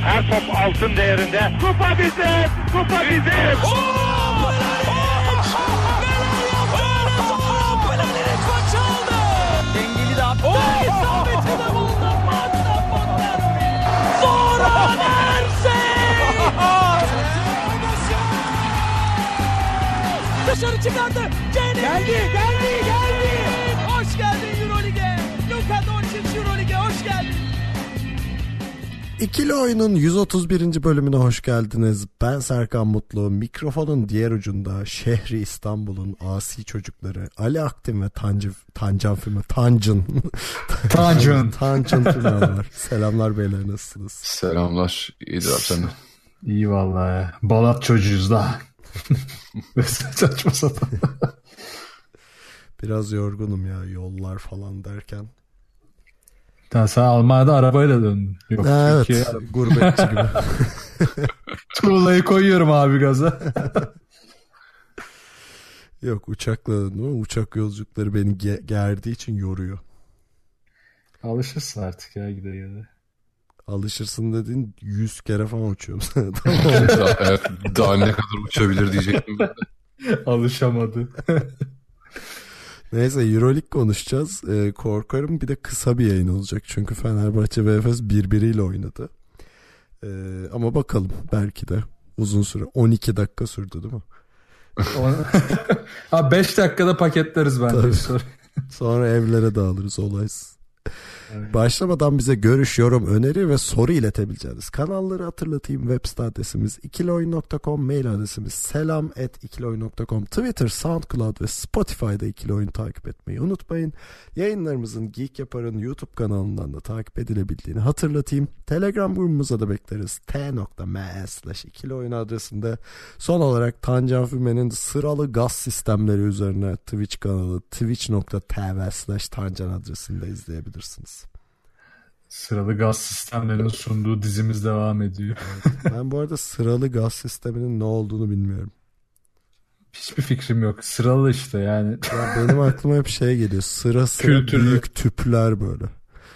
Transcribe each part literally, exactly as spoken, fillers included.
Her top altın değerinde. Kupa bizim, kupa bizim. Oh! Böyle maç aldı. Dengeli de attı. İsabeti de buldu. Maçta Fontervi. Zoran Ersek. Dışarı çıkardı. Geldi, geldi, geldi. Hoş geldin Euroleague'e. Luka Doncic Euroleague'e hoş geldin. İkili Oyun'un yüz otuz birinci bölümüne hoş geldiniz. Ben Serkan Mutlu. Mikrofonun diğer ucunda şehri İstanbul'un asi çocukları Ali Aktin ve Tancı, Tancan Füme. Tancın. Tancın. Tancın Füme var. Selamlar beyler, nasılsınız? Selamlar. İyidir abi, senden. İyi vallahi. Balat çocuğuyuz da. Saçma sapan. Biraz yorgunum ya, yollar falan derken. Ya sen Almanya'da arabayla döndün. Yok, evet, Türkiye... gurbetçi gibi. Tuğlayı koyuyorum abi gaza. Yok, uçakla döndüm ama uçak yolculukları beni ge- gerdiği için yoruyor. Alışırsın artık ya, gide gide. Alışırsın dediğin yüz kere falan uçuyorum. daha, evet, daha ne kadar uçabilir diyecektim ben de. Alışamadı. Neyse, Euroleague konuşacağız. Ee, korkarım bir de kısa bir yayın olacak. Çünkü Fenerbahçe ve Efes birbiriyle oynadı. Ee, ama bakalım, belki de uzun süre. on iki dakika sürdü değil mi? Abi beş dakikada paketleriz bence. Sonra evlere dağılırız, olaysız. Evet. Başlamadan bize görüş, yorum, öneri ve soru iletebileceğiniz kanalları hatırlatayım. Web site adresimiz ikiloyun nokta com, mail adresimiz selam at ikiloyun nokta com, Twitter, SoundCloud ve Spotify'da İkili Oyun takip etmeyi unutmayın. Yayınlarımızın Geek Yapar'ın YouTube kanalından da takip edilebildiğini hatırlatayım. Telegram grubumuza da bekleriz. t.me slash ikiloyun adresinde. Son olarak Tancan Füme'nin sıralı gaz sistemleri üzerine Twitch kanalı twitch.tv slash tancan adresinde izleyebilirsiniz. Sıralı gaz sistemlerinin sunduğu dizimiz devam ediyor. Ben bu arada sıralı gaz sisteminin ne olduğunu bilmiyorum. Hiçbir fikrim yok. Sıralı işte yani. Ya benim aklıma hep şey geliyor. Sıra sıra kültürlü büyük tüpler böyle.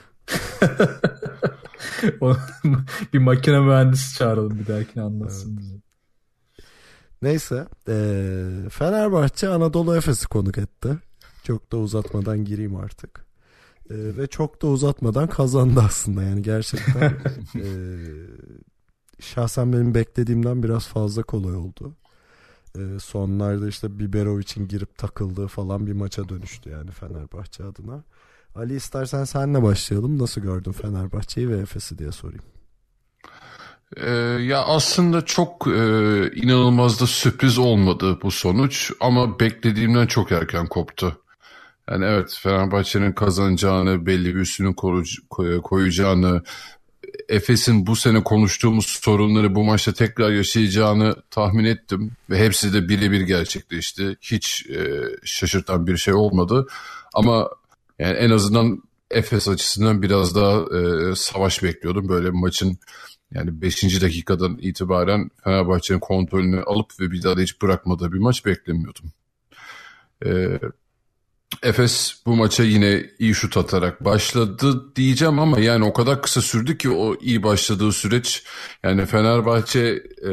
Bir makine mühendisi çağıralım, bir dahakine anlatsın evet. bize. Neyse. Ee, Fenerbahçe Anadolu Efes'i konuk etti. Çok da uzatmadan gireyim artık. Ee, ve çok da uzatmadan kazandı aslında, yani gerçekten e, şahsen benim beklediğimden biraz fazla kolay oldu. E, sonlarda işte Biberovic'in girip takıldığı falan bir maça dönüştü yani Fenerbahçe adına. Ali, istersen senle başlayalım. Nasıl gördün Fenerbahçe'yi ve Efes'i diye sorayım. Ee, ya aslında çok e, inanılmaz da sürpriz olmadı bu sonuç, ama beklediğimden çok erken koptu. Yani evet, Fenerbahçe'nin kazanacağını, belli bir üstünü koyacağını, Efes'in bu sene konuştuğumuz sorunları bu maçta tekrar yaşayacağını tahmin ettim. Ve hepsi de birebir gerçekleşti. Hiç e, şaşırtan bir şey olmadı. Ama yani en azından Efes açısından biraz daha e, savaş bekliyordum. Böyle maçın yani beşinci dakikadan itibaren Fenerbahçe'nin kontrolünü alıp ve bir daha da hiç bırakmadığı bir maç beklemiyordum. Evet. Efes bu maça yine iyi şut atarak başladı diyeceğim ama yani o kadar kısa sürdü ki o iyi başladığı süreç. Yani Fenerbahçe e,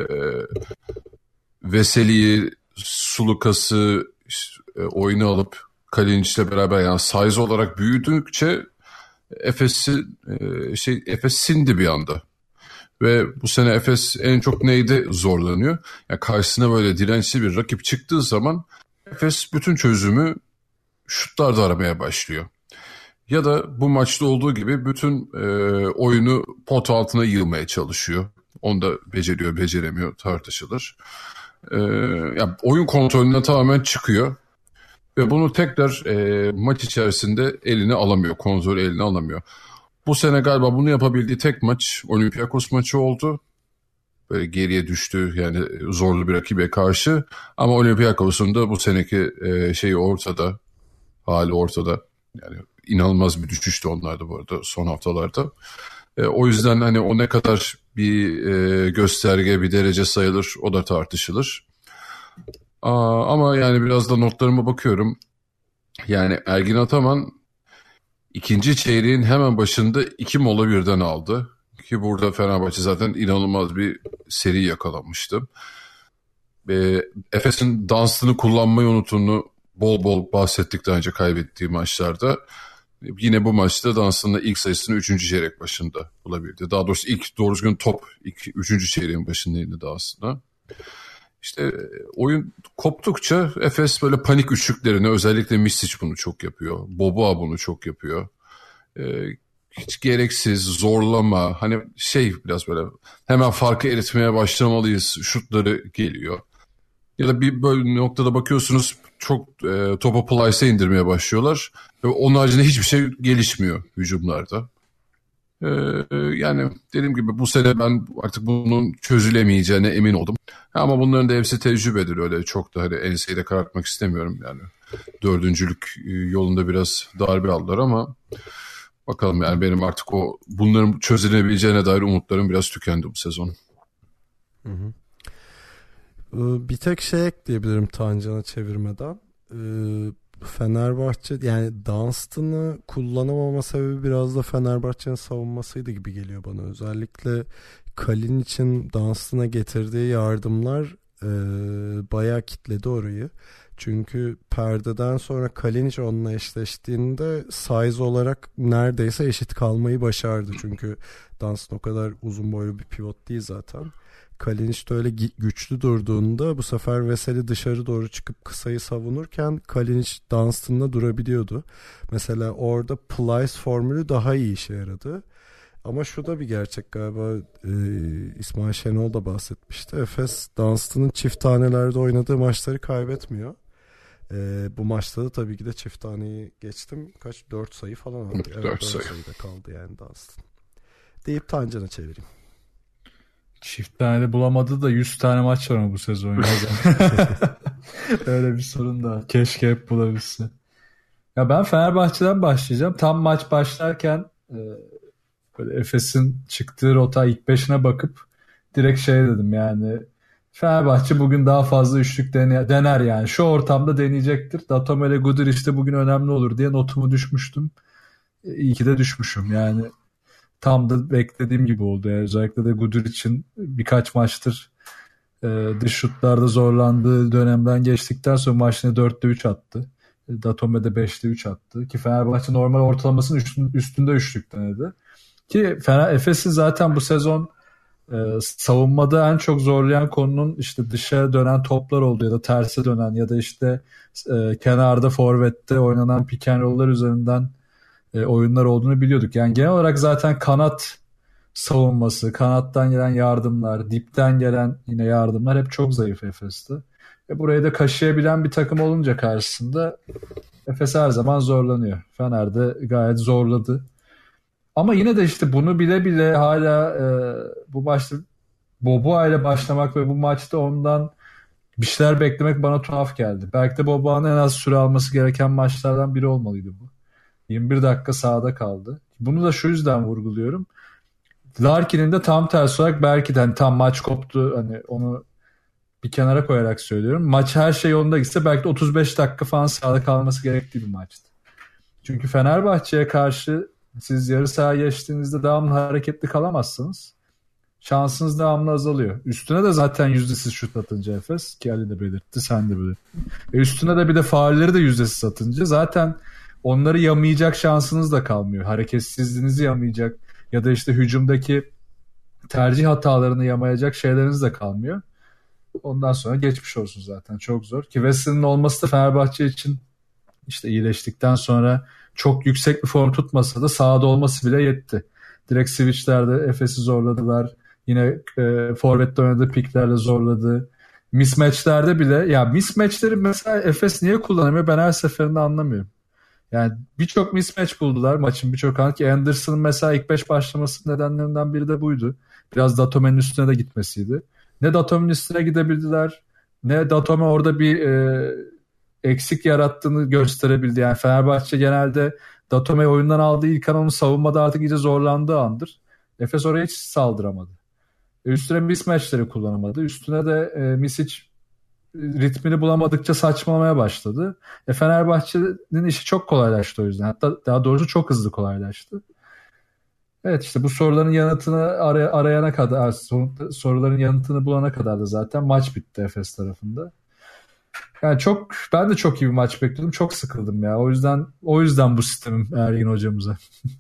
Veseli'yi, Sulukas'ı e, oyunu alıp Kalinic'le beraber, yani size olarak büyüdükçe Efes'i e, şey Efes sindi bir anda. Ve bu sene Efes en çok neyde zorlanıyor? Yani karşısına böyle dirençli bir rakip çıktığı zaman Efes bütün çözümü şutlarda aramaya başlıyor. Ya da bu maçta olduğu gibi bütün e, oyunu pot altına yığmaya çalışıyor. Onu da beceriyor, beceremiyor, tartışılır. E, yani oyun kontrolünden tamamen çıkıyor. Ve bunu tekrar e, maç içerisinde eline alamıyor, kontrolü eline alamıyor. Bu sene galiba bunu yapabildiği tek maç Olympiakos maçı oldu. Böyle geriye düştü yani zorlu bir rakibe karşı. Ama Olympiakos'un da bu seneki e, şeyi ortada. Hali ortada. Yani inanılmaz bir düşüştü onlarda bu arada son haftalarda. E, o yüzden hani o ne kadar bir e, gösterge, bir derece sayılır, o da tartışılır. Aa, ama yani biraz da notlarıma bakıyorum. Yani Ergin Ataman ikinci çeyreğin hemen başında iki mola birden aldı. Ki burada Fenerbahçe zaten inanılmaz bir seri yakalamıştı. E, Efes'in dansını kullanmayı unuttuğunu bol bol bahsettik daha önce kaybettiği maçlarda. Yine bu maçta Dunstan'la ilk sayısını üçüncü çeyrek başında bulabildi. Daha doğrusu ilk doğru düzgün top ilk üçüncü çeyreğin başındaydı da aslında. İşte oyun koptukça Efes böyle panik üçlüklerini, özellikle Misic bunu çok yapıyor. Boboa bunu çok yapıyor. Ee, hiç gereksiz zorlama, hani şey biraz böyle hemen farkı eritmeye başlamalıyız şutları geliyor. Ya da bir böyle noktada bakıyorsunuz çok e, topu Plyce'e indirmeye başlıyorlar. Ve onun haricinde hiçbir şey gelişmiyor hücumlarda. Ee, yani dediğim gibi bu sene ben artık bunun çözülemeyeceğine emin oldum. Ama bunların da hepsi tecrübedir, öyle çok da hani enseyi de karartmak istemiyorum yani. Dördüncülük yolunda biraz darbe aldılar ama bakalım yani benim artık o bunların çözülebileceğine dair umutlarım biraz tükendi bu sezon. Hı hı. Bir tek şey ekleyebilirim Tancan'a çevirmeden. Fenerbahçe yani Dunstan'ı kullanamama sebebi biraz da Fenerbahçe'nin savunmasıydı gibi geliyor bana. Özellikle Kalinic'in Dunstan'a getirdiği yardımlar e, bayağı kitledi orayı. Çünkü perdeden sonra Kalinic onunla eşleştiğinde size olarak neredeyse eşit kalmayı başardı. Çünkü Dunstan o kadar uzun boylu bir pivot değil zaten. Kalinic de öyle güçlü durduğunda bu sefer Veseli dışarı doğru çıkıp kısayı savunurken Kalinic Dunstan'la durabiliyordu. Mesela orada Plyce formülü daha iyi işe yaradı. Ama şu da bir gerçek galiba, e, İsmail Şenol da bahsetmişti. Efes Dunstan'ın çift tanelerde oynadığı maçları kaybetmiyor. E, bu maçta da tabii ki de çift taneyi geçtim. Kaç? dört sayı falan aldı. Evet, dört sayı. sayıda kaldı yani Dunstan. Deyip Tancan'a çevireyim. Çift tane de bulamadı da yüz tane maç var mı bu sezon? Öyle bir sorun da. Keşke hep bulabilse. Ya ben Fenerbahçe'den başlayacağım. Tam maç başlarken e, böyle Efes'in çıktığı rota ilk beşine bakıp direkt şey dedim yani Fenerbahçe bugün daha fazla üçlük dene, dener yani. Şu ortamda deneyecektir. Datome ile Guduric işte bugün önemli olur diye notumu düşmüştüm. E, iyi ki de düşmüşüm yani. Tam da beklediğim gibi oldu. Yani özellikle de Guduric'in birkaç maçtır e, dış şutlarda zorlandığı dönemden geçtikten sonra maçını dörtte üç attı. Datome de beşte üç attı. Ki Fenerbahçe normal ortalamasının üstün, üstünde üçlük denedi. Ki Fener, Efes'i zaten bu sezon e, savunmada en çok zorlayan konunun işte dışa dönen toplar oldu ya da terse dönen ya da işte e, kenarda forvette oynanan pick and roll'lar üzerinden E, oyunlar olduğunu biliyorduk. Yani genel olarak zaten kanat savunması, kanattan gelen yardımlar, dipten gelen yine yardımlar hep çok zayıf Efes'te. E, burayı da kaşıyabilen bir takım olunca karşısında Efes her zaman zorlanıyor. Fener de gayet zorladı. Ama yine de işte bunu bile bile hala e, bu maçta Boboa ile başlamak ve bu maçta ondan bir şeyler beklemek bana tuhaf geldi. Belki de Boboa'nın en az süre alması gereken maçlardan biri olmalıydı bu. yirmi bir dakika sahada kaldı. Bunu da şu yüzden vurguluyorum. Larkin'in de tam tersi olarak belki de hani tam maç koptu, hani onu bir kenara koyarak söylüyorum. Maç her şey yolunda gitse belki de otuz beş dakika falan sahada kalması gerektiği bir maçtı. Çünkü Fenerbahçe'ye karşı siz yarı sahaya geçtiğinizde devamlı hareketli kalamazsınız. Şansınız devamlı azalıyor. Üstüne de zaten yüzdesiz şut atınca Efes, ki Ali de belirtti, sen de belirttin. E üstüne de bir de faulleri de yüzdesiz atınca zaten onları yamayacak şansınız da kalmıyor. Hareketsizliğinizi yamayacak ya da işte hücumdaki tercih hatalarını yamayacak şeyleriniz de kalmıyor. Ondan sonra geçmiş olsun zaten. Çok zor. Ki Wesley'nin olması da Fenerbahçe için işte iyileştikten sonra çok yüksek bir form tutmasa da sahada olması bile yetti. Direkt switchlerde Efes'i zorladılar. Yine e, forvette oynadığı piklerle zorladı. Mismatchlerde bile, ya mismatchleri mesela Efes niye kullanamıyor ben her seferinde anlamıyorum. Yani birçok mismatch buldular maçın birçok an, ki Anderson'ın mesela ilk beş başlaması nedenlerinden biri de buydu. Biraz Datome'nin üstüne de gitmesiydi. Ne Datome'nin üstüne gidebildiler, ne Datome orada bir e, eksik yarattığını gösterebildi. Yani Fenerbahçe genelde Datome oyundan aldığı ilk an onu savunmada artık iyice zorlandığı andır. Efes oraya hiç saldıramadı. E, üstüne mismatchleri kullanamadı. Üstüne de e, Misic ritmini bulamadıkça saçmalamaya başladı. E Fenerbahçe'nin işi çok kolaylaştı o yüzden. Hatta daha doğrusu çok hızlı kolaylaştı. Evet, işte bu soruların yanıtını aray- arayana kadar, soruların yanıtını bulana kadar da zaten maç bitti Efes tarafında. Yani çok, ben de çok iyi bir maç bekliyordum. Çok sıkıldım ya. O yüzden o yüzden bu sistemim Ergin hocamıza.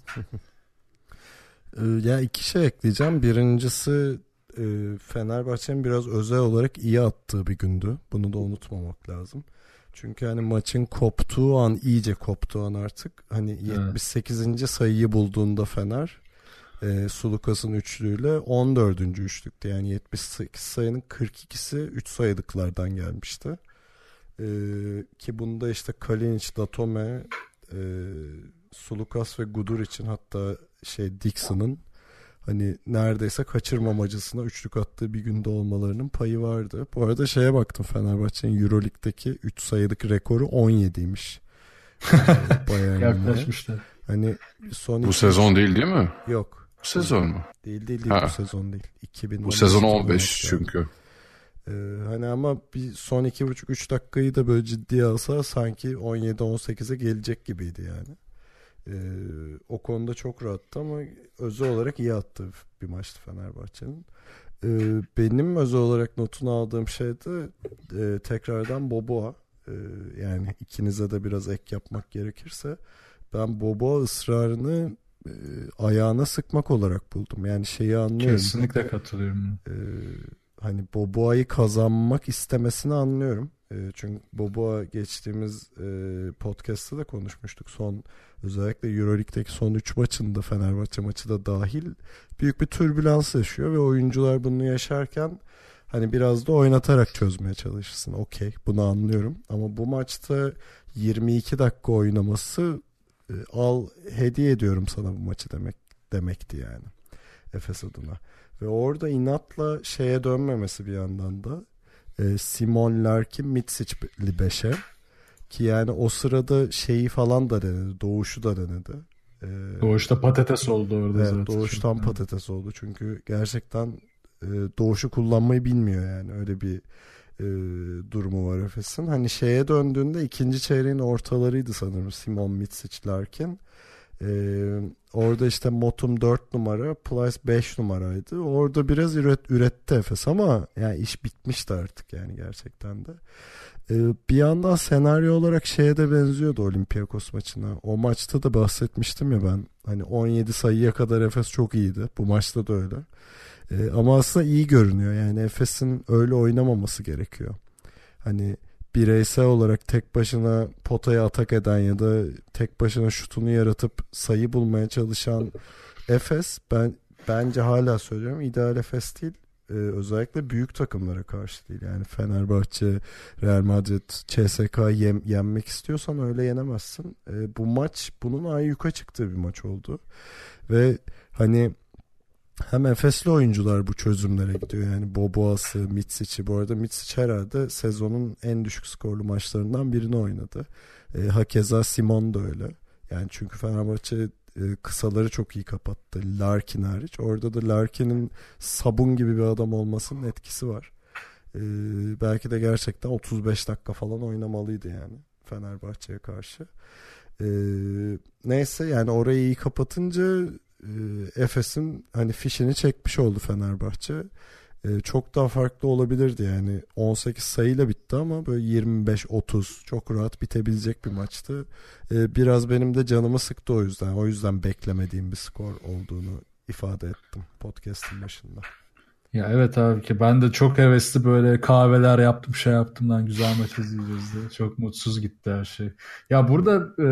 Ya iki şey ekleyeceğim. Birincisi Fenerbahçe'nin biraz özel olarak iyi attığı bir gündü. Bunu da unutmamak lazım. Çünkü hani maçın koptuğu an, iyice koptuğu an artık hani yetmiş sekizinci Evet. sayıyı bulduğunda Fener e, Sulukas'ın üçlüğüyle on dördüncü üçlükte, yani yetmiş sekiz sayının kırk ikisi üç sayılıklardan gelmişti. E, ki bunda işte Kalinic, Datome, e, Sulukas ve Gudur için, hatta şey Dixon'ın hani neredeyse kaçırmamacısına üçlük attığı bir günde olmalarının payı vardı. Bu arada şeye baktım, Fenerbahçe'nin Euroleague'deki üç sayılık rekoru on yediymiş. Yaklaşmışlar. Hani son bu iki... sezon değil değil mi? Yok. Bu sezon mu? Değil değil değil ha. Bu sezon değil. iki bin on beş, bu sezon on beş çünkü. Ee, hani ama bir son iki buçuk üç dakikayı da böyle ciddiye alsa sanki on yedi on sekize gelecek gibiydi yani. Ee, o konuda çok rahattı ama özel olarak iyi attı bir maçtı Fenerbahçe'nin. Ee, benim özel olarak notunu aldığım şey de e, tekrardan Boboa. Ee, yani ikinize de biraz ek yapmak gerekirse, ben Boboa ısrarını e, ayağına sıkmak olarak buldum. Yani şeyi anlıyorum. Kesinlikle katılıyorum. Ee, hani Boboa'yı kazanmak istemesini anlıyorum. E, çünkü Boboa geçtiğimiz e, podcast'ta da konuşmuştuk. Son, özellikle Euroleague'deki son üç maçında, Fenerbahçe maçı da dahil, büyük bir türbülans yaşıyor ve oyuncular bunu yaşarken hani biraz da oynatarak çözmeye çalışırsın. Okey, bunu anlıyorum. Ama bu maçta yirmi iki dakika oynaması, e, al hediye ediyorum sana bu maçı demek demekti yani Efes adına. Ve orada inatla şeye dönmemesi bir yandan da e, Simon, Larkin, Mitsic'li beşe, ki yani o sırada şeyi falan da denedi. Doğuş'u da denedi. E, Doğuş'ta patates oldu orada evet, zaten. Doğuş'tan Çok patates oldu. Çünkü gerçekten e, Doğuş'u kullanmayı bilmiyor yani. Öyle bir e, durumu var Efes'in. Hani şeye döndüğünde ikinci çeyreğin ortalarıydı sanırım Simon, Mitsic, Larkin. Ee, orada işte Motum dört numara, Plyce beş numaraydı. Orada biraz üret, üretti Efes ama yani iş bitmişti artık yani gerçekten de. Ee, bir yandan senaryo olarak şeye de benziyordu, Olympiakos maçına. O maçta da bahsetmiştim ya ben. Hani on yedi sayıya kadar Efes çok iyiydi. Bu maçta da öyle. Ee, ama aslında iyi görünüyor. Yani Efes'in öyle oynamaması gerekiyor. Hani bireysel olarak tek başına potaya atak eden ya da tek başına şutunu yaratıp sayı bulmaya çalışan Efes, ben bence hala söylüyorum, ideal Efes değil. Ee, özellikle büyük takımlara karşı değil. Yani Fenerbahçe, Real Madrid, C S K yem, yenmek istiyorsan öyle yenemezsin. Ee, bu maç bunun ayyuka çıktığı bir maç oldu. Ve hani hem Efesli oyuncular bu çözümlere gidiyor. Yani Boboa'sı, Mitsic'i. Bu arada Mitsic herhalde sezonun en düşük skorlu maçlarından birini oynadı. E, hakeza Simon da öyle. Yani çünkü Fenerbahçe e, kısaları çok iyi kapattı. Larkin hariç. Orada da Larkin'in sabun gibi bir adam olmasının etkisi var. E, belki de gerçekten otuz beş dakika falan oynamalıydı yani Fenerbahçe'ye karşı. E, neyse yani orayı iyi kapatınca Efes'in hani fişini çekmiş oldu Fenerbahçe. Ee, çok daha farklı olabilirdi yani. on sekiz sayıyla bitti ama böyle yirmi beş otuz çok rahat bitebilecek bir maçtı. Ee, biraz benim de canımı sıktı o yüzden. O yüzden beklemediğim bir skor olduğunu ifade ettim podcast'ın başında. Ya evet abi, ki ben de çok hevesli böyle kahveler yaptım, şey yaptım lan, güzel maç izleyeceğiz diye. Çok mutsuz gitti her şey. Ya burada e,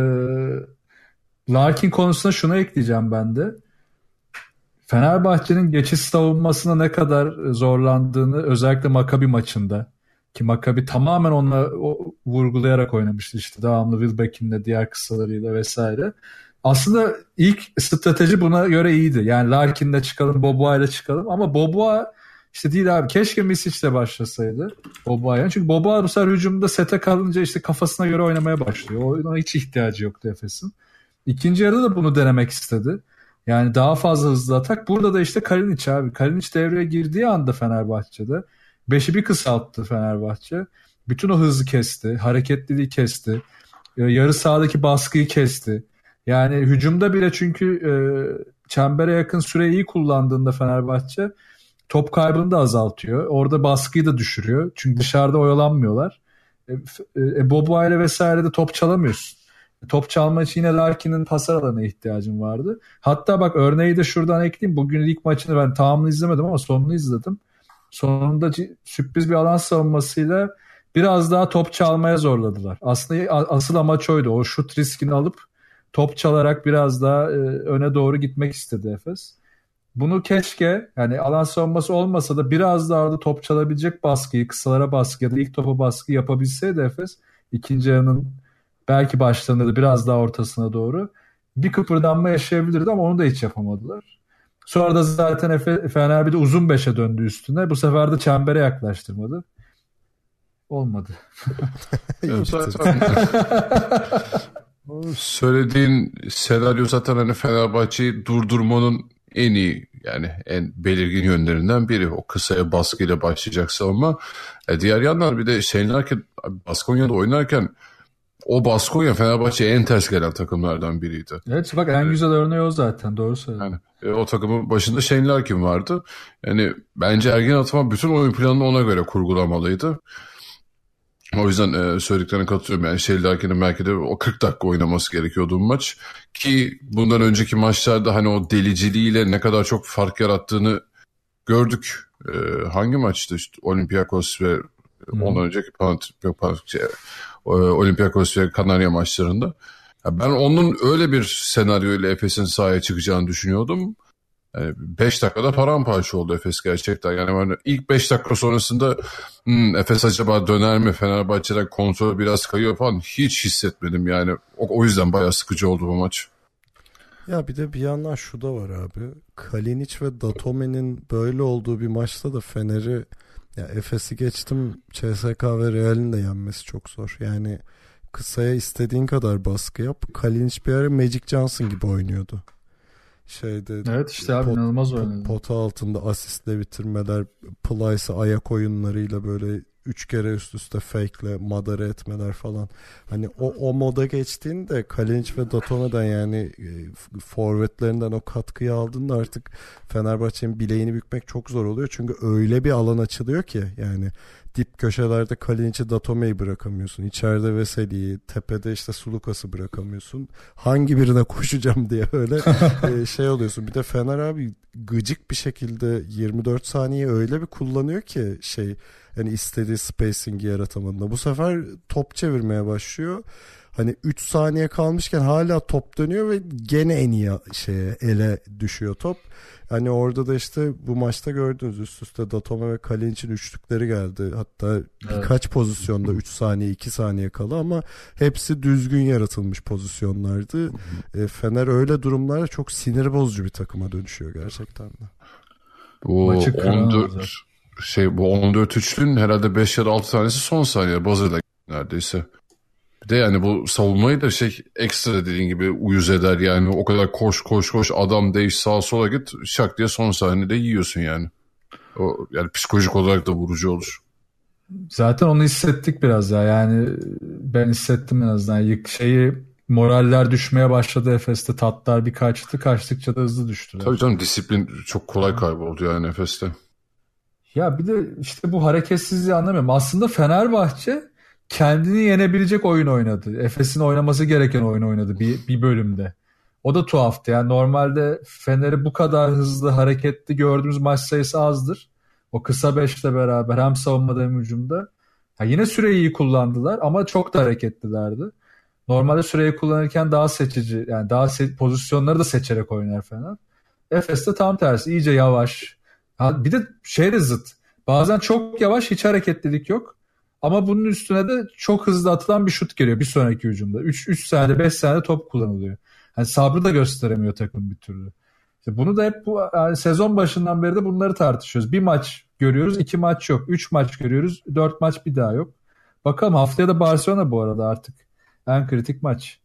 Larkin konusuna şunu ekleyeceğim ben de. Fenerbahçe'nin geçiş savunmasına ne kadar zorlandığını özellikle Maccabi maçında, ki Maccabi tamamen onunla o, vurgulayarak oynamıştı işte, devamlı Wilbeck'inle, diğer kısalarıyla vesaire. Aslında ilk strateji buna göre iyiydi. Yani Larkin'le çıkalım, Boboa'yla çıkalım, ama Boboa işte değil abi. Keşke Misic'le başlasaydı Boboa'ya. Çünkü Boboa bu sefer hücumda sete kalınca işte kafasına göre oynamaya başlıyor. Ona hiç ihtiyacı yoktu Efes'in. İkinci yarıda da bunu denemek istedi. Yani daha fazla hızlı atak. Burada da işte Kalinic abi. Kalinic devreye girdiği anda Fenerbahçe'de beşi bir kısalttı Fenerbahçe. Bütün o hızı kesti. Hareketliliği kesti. Yarı sahadaki baskıyı kesti. Yani hücumda bile, çünkü e, çembere yakın süreyi iyi kullandığında Fenerbahçe top kaybını da azaltıyor. Orada baskıyı da düşürüyor. Çünkü dışarıda oyalanmıyorlar. E, e, Bobo ile vesaire de top çalamıyorsun. Top çalma için yine Larkin'in pas alanına ihtiyacım vardı. Hatta bak örneği de şuradan ekleyeyim. Bugün ilk maçını ben tamamını izlemedim ama sonunu izledim. Sonunda sürpriz bir alan savunmasıyla biraz daha top çalmaya zorladılar. Aslında asıl amaç oydu. O şut riskini alıp top çalarak biraz daha e, öne doğru gitmek istedi Efes. Bunu keşke yani alan savunması olmasa da biraz daha da top çalabilecek baskıyı, kısalara baskı ya da ilk topa baskı yapabilseydi Efes ikinci yarının belki başlarında da biraz daha ortasına doğru bir kıpırdanma yaşayabilirdi ama onu da hiç yapamadılar. Sonra da zaten Efe, Fener bir de uzun beşe döndü üstüne. Bu sefer de çembere yaklaştırmadı. Olmadı. zaten söylediğin senaryo zaten hani Fenerbahçe'yi durdurmanın en iyi yani en belirgin yönlerinden biri. O kısaya baskıyla başlayacak savunma. E diğer yandan bir de şeylerken Baskonya'da oynarken o Baskonya Fenerbahçe'ye en ters gelen takımlardan biriydi. Evet bak en güzel örneği o zaten doğru söylüyorsun. Yani, e, o takımın başında Shane Larkin vardı. Yani bence Ergin Ataman bütün oyun planını ona göre kurgulamalıydı. O yüzden e, söylediklerine katılıyorum. Yani Shane Larkin'in belki de o kırk dakika oynaması gerekiyordu bu maç. Ki bundan önceki maçlarda hani o deliciliğiyle ne kadar çok fark yarattığını gördük. E, hangi maçtı? İşte Olympiakos ve hmm. ondan önceki Panathinaikos şey, Olympiakos ve Kanarya maçlarında. Ben onun öyle bir senaryoyla Efes'in sahaya çıkacağını düşünüyordum. Yani beş dakikada paramparça oldu Efes gerçekten. Yani ben ilk beş dakika sonrasında hmm, Efes acaba döner mi? Fenerbahçe'den kontrol biraz kayıyor falan hiç hissetmedim yani. O, o yüzden bayağı sıkıcı oldu bu maç. Ya bir de bir yandan şu da var abi. Kalinic ve Datome'nin böyle olduğu bir maçta da Fener'i ya Efes'i geçtim C S K ve Real'in de yenmesi çok zor. Yani kısaya istediğin kadar baskı yap. Kalinic bir ara Magic Johnson gibi oynuyordu. Şeyde evet işte abi pot, inanılmaz oynadı. Pota altında asistle bitirmeler, Plyce'ı ayak oyunlarıyla böyle üç kere üst üste fake'le madara etmeler falan. Hani o o moda geçtiğinde Kalinic ve Datome'den yani e, forvetlerinden o katkıyı aldığında artık Fenerbahçe'nin bileğini bükmek çok zor oluyor. Çünkü öyle bir alan açılıyor ki yani dip köşelerde Kalinic'i, Datome'yi bırakamıyorsun. İçeride Veseli'yi, tepede işte Sulukas'ı bırakamıyorsun. Hangi birine koşacağım diye öyle e, şey oluyorsun. Bir de Fener abi gıcık bir şekilde yirmi dört saniye öyle bir kullanıyor ki şey yani istediği spacing'i yaratamadığında. Bu sefer top çevirmeye başlıyor. Hani üç saniye kalmışken hala top dönüyor ve gene en iyi şeye ele düşüyor top. Hani orada da işte bu maçta gördünüz üst üste Datome ve Kalinic'in üçlükleri geldi. Hatta evet. Birkaç pozisyonda üç saniye iki saniye kala ama hepsi düzgün yaratılmış pozisyonlardı. E, Fener öyle durumlarda çok sinir bozucu bir takıma dönüşüyor gerçekten de. Bu on dört şey bu on dört üçlünün herhalde beş ya da altı tanesi son saniye Buzzer'da neredeyse. Bir de yani bu savunmayı da şey ekstra dediğin gibi uyuz eder yani o kadar koş koş koş adam değiş sağa sola git şak diye son saniyede yiyorsun yani. O yani psikolojik olarak da vurucu olur. Zaten onu hissettik biraz ya yani ben hissettim en azından şeyi moraller düşmeye başladı Efes'te tatlar bir kaçtı kaçtıkça da hızlı düştü. Tabii canım disiplin çok kolay kayboldu yani Efes'te. Ya bir de işte bu hareketsizliği anlamıyorum. Aslında Fenerbahçe kendini yenebilecek oyun oynadı. Efes'in oynaması gereken oyun oynadı bir, bir bölümde. O da tuhaftı. Yani normalde Fener'i bu kadar hızlı hareketli gördüğümüz maç sayısı azdır. O kısa beşle beraber hem savunmada hem hücumda. Ya yine süreyi iyi kullandılar ama çok da hareketlilerdi. Normalde süreyi kullanırken daha seçici yani daha se- pozisyonları da seçerek oynar Fener. Efes'te tam tersi iyice yavaş. Ha, bir de şey de zıt. Bazen çok yavaş hiç hareketlilik yok. Ama bunun üstüne de çok hızlı atılan bir şut geliyor bir sonraki hücumda. üç saniyede beş saniyede top kullanılıyor. Yani sabrı da gösteremiyor takım bir türlü. İşte bunu da hep bu yani sezon başından beri de bunları tartışıyoruz. Bir maç görüyoruz, iki maç yok. Üç maç görüyoruz, dört maç bir daha yok. Bakalım haftaya da Barcelona bu arada artık. En kritik maç.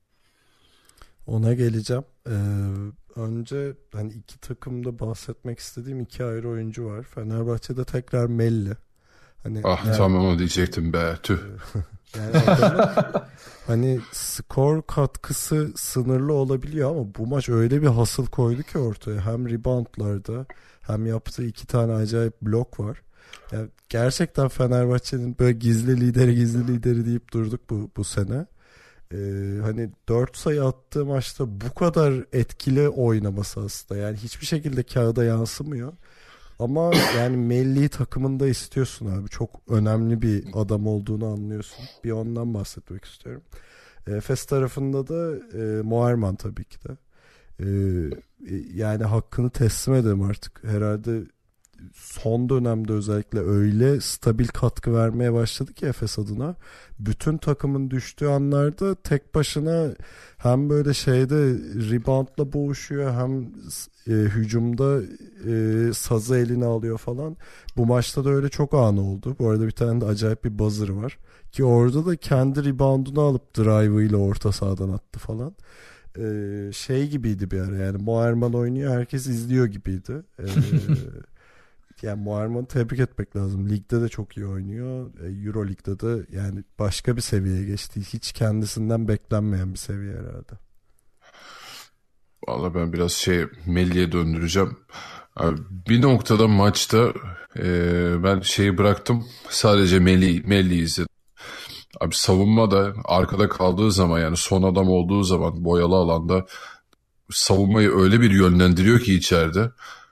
Ona geleceğim. Ee, önce hani iki takımda bahsetmek istediğim iki ayrı oyuncu var. Fenerbahçe'de tekrar Melli. Hani ah yani, tamam onu diyecektim be tüh. Yani adamın hani skor katkısı sınırlı olabiliyor ama bu maç öyle bir hasıl koydu ki ortaya. Hem reboundlarda hem yaptığı iki tane acayip blok var. Yani gerçekten Fenerbahçe'nin böyle gizli lideri gizli lideri deyip durduk bu, bu sene. Ee, hani dört sayı attığı maçta bu kadar etkili oynaması aslında. Yani hiçbir şekilde kağıda yansımıyor. Ama yani milli takımında istiyorsun abi. Çok önemli bir adam olduğunu anlıyorsun. Bir ondan bahsetmek istiyorum. Efes tarafında da e, Muharman tabii ki de. E, yani hakkını teslim edelim artık. Herhalde son dönemde özellikle öyle stabil katkı vermeye başladı ki Efes adına. Bütün takımın düştüğü anlarda tek başına hem böyle şeyde reboundla boğuşuyor hem e, hücumda e, sazı eline alıyor falan. Bu maçta da öyle çok anı oldu. Bu arada bir tane de acayip bir buzzer var. Ki orada da kendi reboundunu alıp drive'ıyla orta sahadan attı falan. Ee, şey gibiydi bir ara yani Muharman oynuyor herkes izliyor gibiydi. Ee, yani Muharman'ı tebrik etmek lazım. Ligde de çok iyi oynuyor. Euro Lig'de de yani başka bir seviyeye geçti. Hiç kendisinden beklenmeyen bir seviye herhalde. Vallahi ben biraz şey Melli'ye döndüreceğim. Abi, bir noktada maçta e, ben şeyi bıraktım. Sadece Melli, Melli izledim. Abi savunma da arkada kaldığı zaman yani son adam olduğu zaman boyalı alanda savunmayı öyle bir yönlendiriyor ki içeride.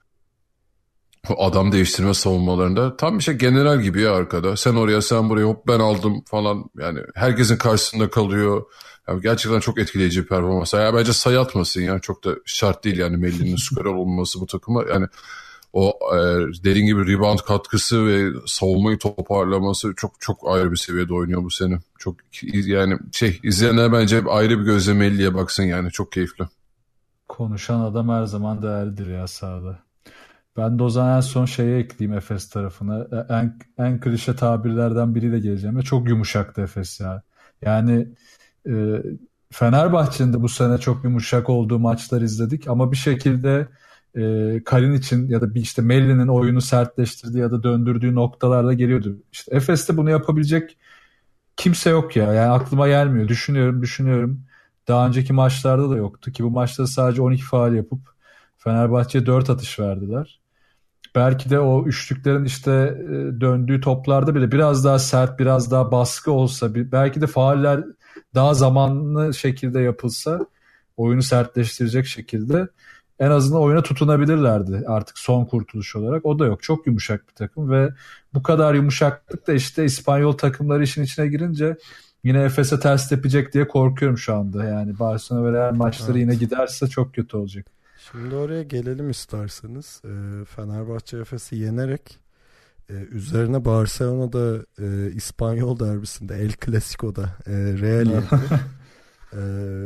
O adam değiştirme savunmalarında tam bir şey general gibi ya arkada. Sen oraya sen buraya hop ben aldım falan yani herkesin karşısında kalıyor. Yani gerçekten çok etkileyici bir performans. Ya bence sayı atmasın ya çok da şart değil yani Melli'nin skorer olması bu takıma. Yani o e, dediğin gibi rebound katkısı ve savunmayı toparlaması çok çok ayrı bir seviyede oynuyor bu sene. Çok yani şey izleyenler bence ayrı bir gözle Melli'ye baksın yani çok keyifli. Konuşan adam her zaman değerlidir ya sahada. Ben de o zaman en son şeye ekleyeyim Efes tarafına. En, en klişe tabirlerden biriyle geleceğim. Ve çok yumuşaktı Efes ya. Yani e, Fenerbahçe'nin de bu sene çok yumuşak olduğu maçlar izledik. Ama bir şekilde e, Kalin için ya da bir işte Melli'nin oyunu sertleştirdiği ya da döndürdüğü noktalarda geliyordu. İşte Efes'te bunu yapabilecek kimse yok ya. Yani aklıma gelmiyor. Düşünüyorum, düşünüyorum. Daha önceki maçlarda da yoktu ki bu maçta sadece on iki faul yapıp Fenerbahçe'ye dört atış verdiler. Belki de o üçlüklerin işte döndüğü toplarda bile biraz daha sert, biraz daha baskı olsa, belki de fauller daha zamanlı şekilde yapılsa, oyunu sertleştirecek şekilde en azından oyuna tutunabilirlerdi artık son kurtuluş olarak. O da yok. Çok yumuşak bir takım ve bu kadar yumuşaklık da işte İspanyol takımları işin içine girince yine Efes'e ters tepecek diye korkuyorum şu anda. Yani Barcelona ve Real maçları evet. Yine giderse çok kötü olacak. Şimdi oraya gelelim isterseniz. E, Fenerbahçe Efes'i yenerek e, üzerine Barcelona'da e, İspanyol derbisinde El Clasico'da e, Real yendi. e,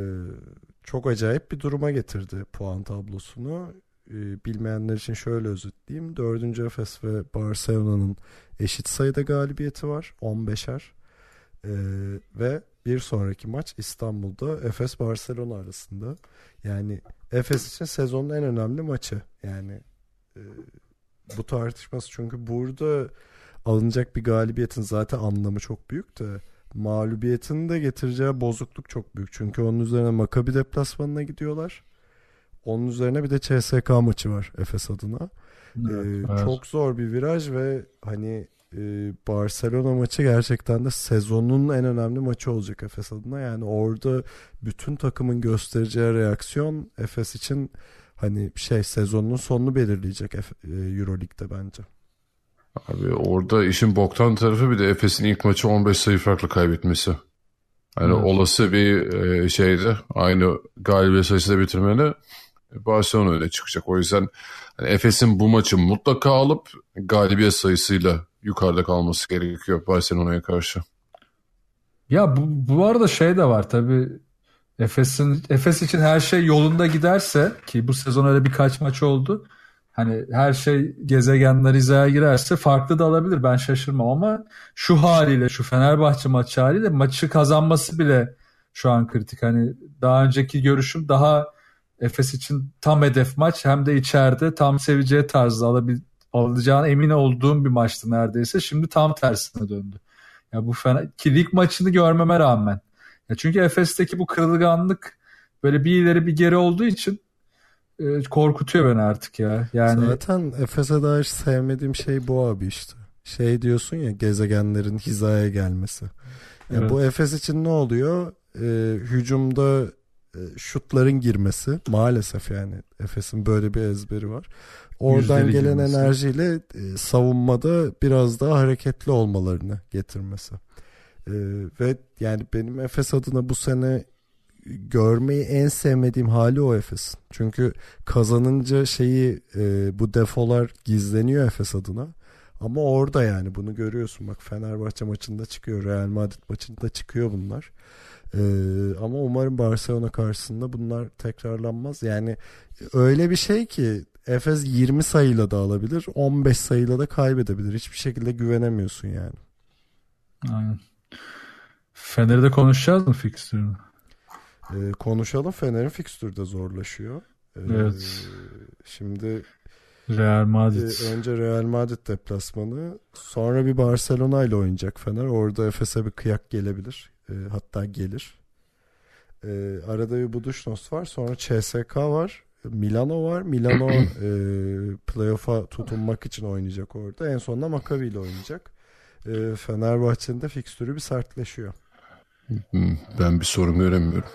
çok acayip bir duruma getirdi puan tablosunu. E, bilmeyenler için şöyle özetleyeyim. Dördüncü Efes ve Barcelona'nın eşit sayıda galibiyeti var. on beşer. E, ve bir sonraki maç İstanbul'da Efes Barcelona arasında. Yani Efes için sezonun en önemli maçı. Yani e, bu tartışması çünkü burada alınacak bir galibiyetin zaten anlamı çok büyük de mağlubiyetin de getireceği bozukluk çok büyük. Çünkü onun üzerine Maccabi deplasmanına gidiyorlar. Onun üzerine bir de C S K maçı var Efes adına. Evet, ee, evet. Çok zor bir viraj ve hani e, Barcelona maçı gerçekten de sezonun en önemli maçı olacak Efes adına. Yani orada bütün takımın göstereceği reaksiyon Efes için hani şey sezonun sonunu belirleyecek Euroleague'de bence. Abi orada işin boktan tarafı bir de Efes'in ilk maçı on beş sayı farklı kaybetmesi. Yani evet. Olası bir e, şeydi. Aynı galibiyet sayısıyla bitirmeli. Barcelona öyle çıkacak. O yüzden yani Efes'in bu maçı mutlaka alıp galibiyet sayısıyla yukarıda kalması gerekiyor Barcelona'ya karşı. Ya bu, bu arada şey de var tabii. Efes'in Efes için her şey yolunda giderse ki bu sezon öyle birkaç maç oldu. Hani her şey gezegenler hizaya girerse farklı da alabilir. Ben şaşırmam ama şu haliyle şu Fenerbahçe maçı haliyle maçı kazanması bile şu an kritik. Hani daha önceki görüşüm daha Efes için tam hedef maç hem de içeride tam seveceği tarzda alabil, alacağına emin olduğum bir maçtı neredeyse. Şimdi tam tersine döndü. Ya bu fena ki lig maçını görmeme rağmen. Ya çünkü Efes'teki bu kırılganlık böyle bir ileri bir geri olduğu için e, korkutuyor beni artık ya. Yani zaten Efes'e dair sevmediğim şey bu abi işte. Şey diyorsun ya, gezegenlerin hizaya gelmesi. Ya evet. Bu Efes için ne oluyor? Ee, hücumda e, şutların girmesi maalesef, yani Efes'in böyle bir ezberi var. Oradan Yüzdeli gelen girmesi. enerjiyle e, savunmada biraz daha hareketli olmalarını getirmesi. E, ve yani benim Efes adına bu sene görmeyi en sevmediğim hali o Efes'in. Çünkü kazanınca şeyi e, bu defolar gizleniyor Efes adına. Ama orada yani bunu görüyorsun. Bak Fenerbahçe maçında çıkıyor, Real Madrid maçında çıkıyor bunlar. Ee, ama umarım Barcelona karşısında bunlar tekrarlanmaz. Yani öyle bir şey ki Efes yirmi sayıyla da alabilir, on beş sayıyla da kaybedebilir. Hiçbir şekilde güvenemiyorsun yani. Aynen. Fener'de konuşacağız mı fikstürünü? Ee, konuşalım. Fener'in fikstürü de zorlaşıyor. Ee, Evet. Şimdi Real Madrid. e, önce Real Madrid deplasmanı, sonra bir Barcelona ile oynayacak Fener. Orada Efes'e bir kıyak gelebilir. E, hatta gelir. E, arada bir Budućnost var. Sonra C S K var. Milano var. Milano e, playoff'a tutunmak için oynayacak orada. En sonunda Maccabi ile oynayacak. E, Fenerbahçe'nin de fikstürü bir sertleşiyor. Hmm, ben bir sorun göremiyorum.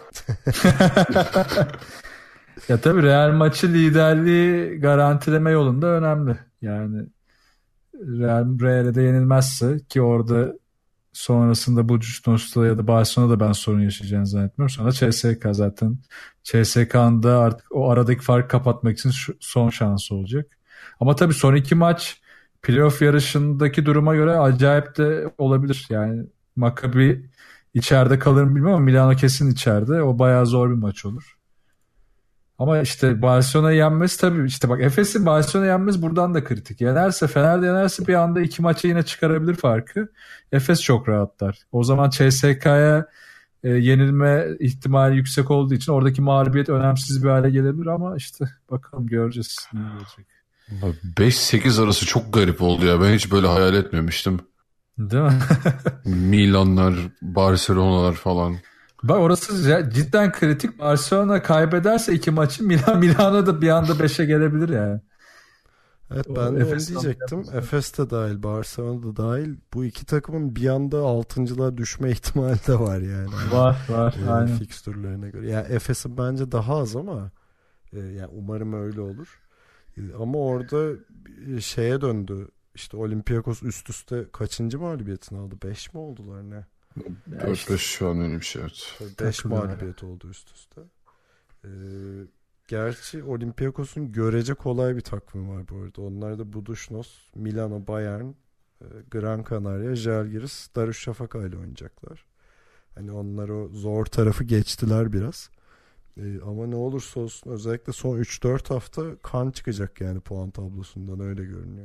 Ya tabii Real maçı liderliği garantileme yolunda önemli. Yani Real Real'e de yenilmezse, ki orada sonrasında Budućnost'ta ya da Barcelona'da ben sorun yaşayacağını zannetmiyorum. Sonra C S K zaten. C S K'nın da artık o aradaki farkı kapatmak için şu, son şansı olacak. Ama tabii son iki maç playoff yarışındaki duruma göre acayip de olabilir. Yani Maccabi içeride kalır mı bilmiyorum ama Milano kesin içeride. O bayağı zor bir maç olur. Ama işte Barcelona'yı yenmesi tabii, işte bak Efes'in Barcelona'yı yenmesi buradan da kritik. Yenerse, Fener de yenerse bir anda iki maça yine çıkarabilir farkı. Efes çok rahatlar. O zaman C S K'ya e, yenilme ihtimali yüksek olduğu için oradaki mağlubiyet önemsiz bir hale gelebilir ama işte bakalım, göreceğiz ne olacak. beş sekiz arası çok garip oldu ya. Ben hiç böyle hayal etmemiştim. Değil mi? Milanlar, Barcelona'lar falan. Bak orası cidden kritik. Barcelona kaybederse iki maçı Milan Milano da bir anda beşe gelebilir yani. Evet, O ben de onu Efes diyecektim. alacak. Efes de dahil, Barcelona da dahil. Bu iki takımın bir anda altıncılığa düşme ihtimali de var yani. Var var e, aynen. fikstürlerine göre. Yani Efes'in bence daha az ama e, yani umarım öyle olur. E, ama orada e, şeye döndü. İşte Olympiakos üst üste kaçıncı mağlubiyetini aldı? beş mi oldular ne? dört beş şu an öyle bir şey. Evet. beş mağlubiyet oldu üst üste. Ee, gerçi Olympiakos'un görece kolay bir takvimi var bu arada. Onlar da Budućnost, Milano, Bayern, e, Gran Canaria, Žalgiris, Darüşşafaka ile oynayacaklar. Hani onlar o zor tarafı geçtiler biraz. Ee, ama ne olursa olsun özellikle son üç dört hafta kan çıkacak yani puan tablosundan, öyle görünüyor.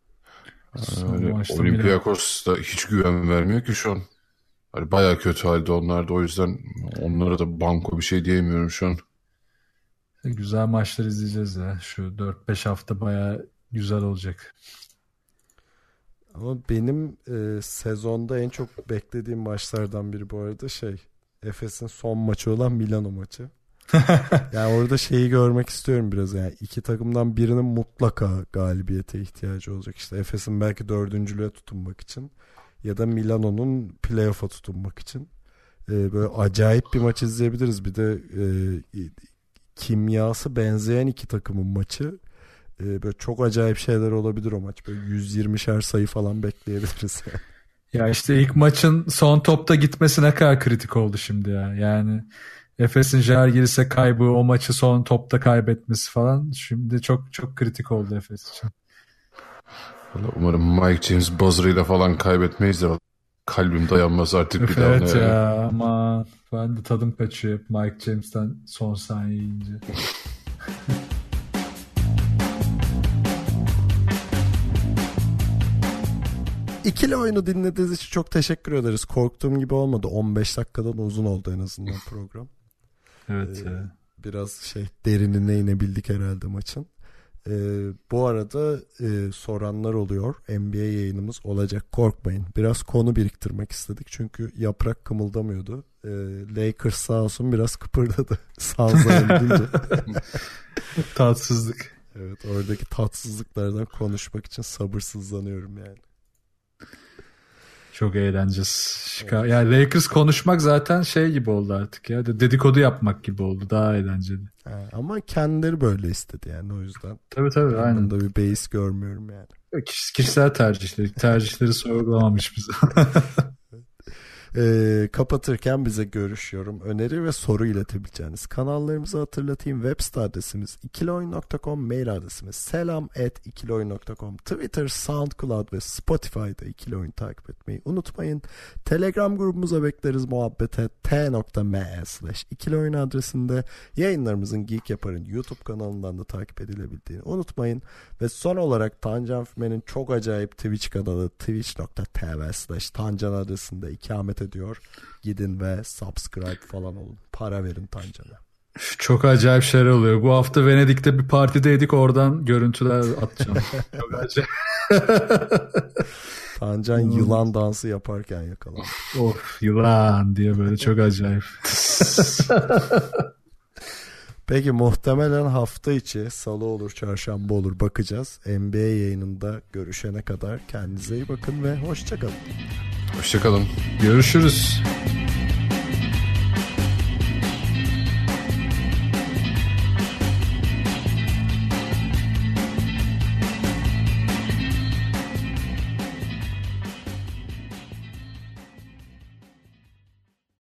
Yani Olympiakos da hiç güven vermiyor ki şu an. Hani bayağı kötü halde onlar da, o yüzden onlara da banko bir şey diyemiyorum şu an. Güzel maçlar izleyeceğiz ya. Şu dört beş hafta bayağı güzel olacak. Ama benim e, sezonda en çok beklediğim maçlardan biri bu arada şey, Efes'in son maçı olan Milano maçı. Yani orada şeyi görmek istiyorum biraz, yani iki takımdan birinin mutlaka galibiyete ihtiyacı olacak. İşte Efes'in belki dördüncülüğe tutunmak için ya da Milano'nun playoff'a tutunmak için. Ee, böyle acayip bir maç izleyebiliriz. Bir de e, kimyası benzeyen iki takımın maçı. Ee, böyle çok acayip şeyler olabilir o maç. Böyle yüz yirmişer sayı falan bekleyebiliriz yani. Ya işte ilk maçın son topta gitmesi ne kadar kritik oldu şimdi ya. Yani Efes'in Žalgiris'e kaybı, o maçı son topta kaybetmesi falan şimdi çok çok kritik oldu Efes için. Umarım Mike James buzzer'ıyla falan kaybetmeyiz de kalbim dayanmaz artık bir daha. Evet ya, ama ben de tadım kaçıyor hep Mike James'ten son saniye yiyince. İkili oyunu dinlediğiniz için çok teşekkür ederiz. Korktuğum gibi olmadı. on beş dakikadan uzun oldu en azından program. Evet ee, ya. Biraz şey, derinine inebildik herhalde maçın. Ee, bu arada e, soranlar oluyor. N B A yayınımız olacak, korkmayın. Biraz konu biriktirmek istedik çünkü yaprak kımıldamıyordu. Ee, Lakers sağ olsun biraz kıpırdadı. Sansa öldünce. Tatsızlık. Evet, oradaki tatsızlıklardan konuşmak için sabırsızlanıyorum yani. Çok eğleneceğiz. Evet. Yani Lakers konuşmak zaten şey gibi oldu artık ya. Dedikodu yapmak gibi oldu. Daha eğlenceli. Ha, ama kendileri böyle istedi yani, o yüzden. Tabii tabii, aynen. Bunda bir beis görmüyorum yani. Kişisel tercihleri. Tercihleri sorgulamamış bize. Ee, kapatırken bize görüş, yorum, öneri ve soru iletebileceğiniz kanallarımızı hatırlatayım. Web site adresimiz ikiloyun nokta com, mail adresimiz selam at ikiloyun nokta com, Twitter, SoundCloud ve Spotify'da ikiloyun takip etmeyi unutmayın. Telegram grubumuza bekleriz muhabbete. t.me slash ikiloyun adresinde yayınlarımızın Geek Yapar'ın YouTube kanalından da takip edilebildiğini unutmayın. Ve son olarak Tancan Füme'nin çok acayip Twitch kanalı twitch.tv slash Tancan adresinde ikamet ediyor. Gidin ve subscribe falan olun. Para verin Tancan'a. Çok acayip şeyler oluyor. Bu hafta Venedik'te bir partideydik. Oradan görüntüler atacağım. Çok acayip. Tancan yılan dansı yaparken yakalandı. Of, yılan diye böyle çok acayip. Peki muhtemelen hafta içi salı olur, çarşamba olur, bakacağız. N B A yayınında görüşene kadar kendinize iyi bakın ve hoşça kalın. Hoşça kalın. Görüşürüz.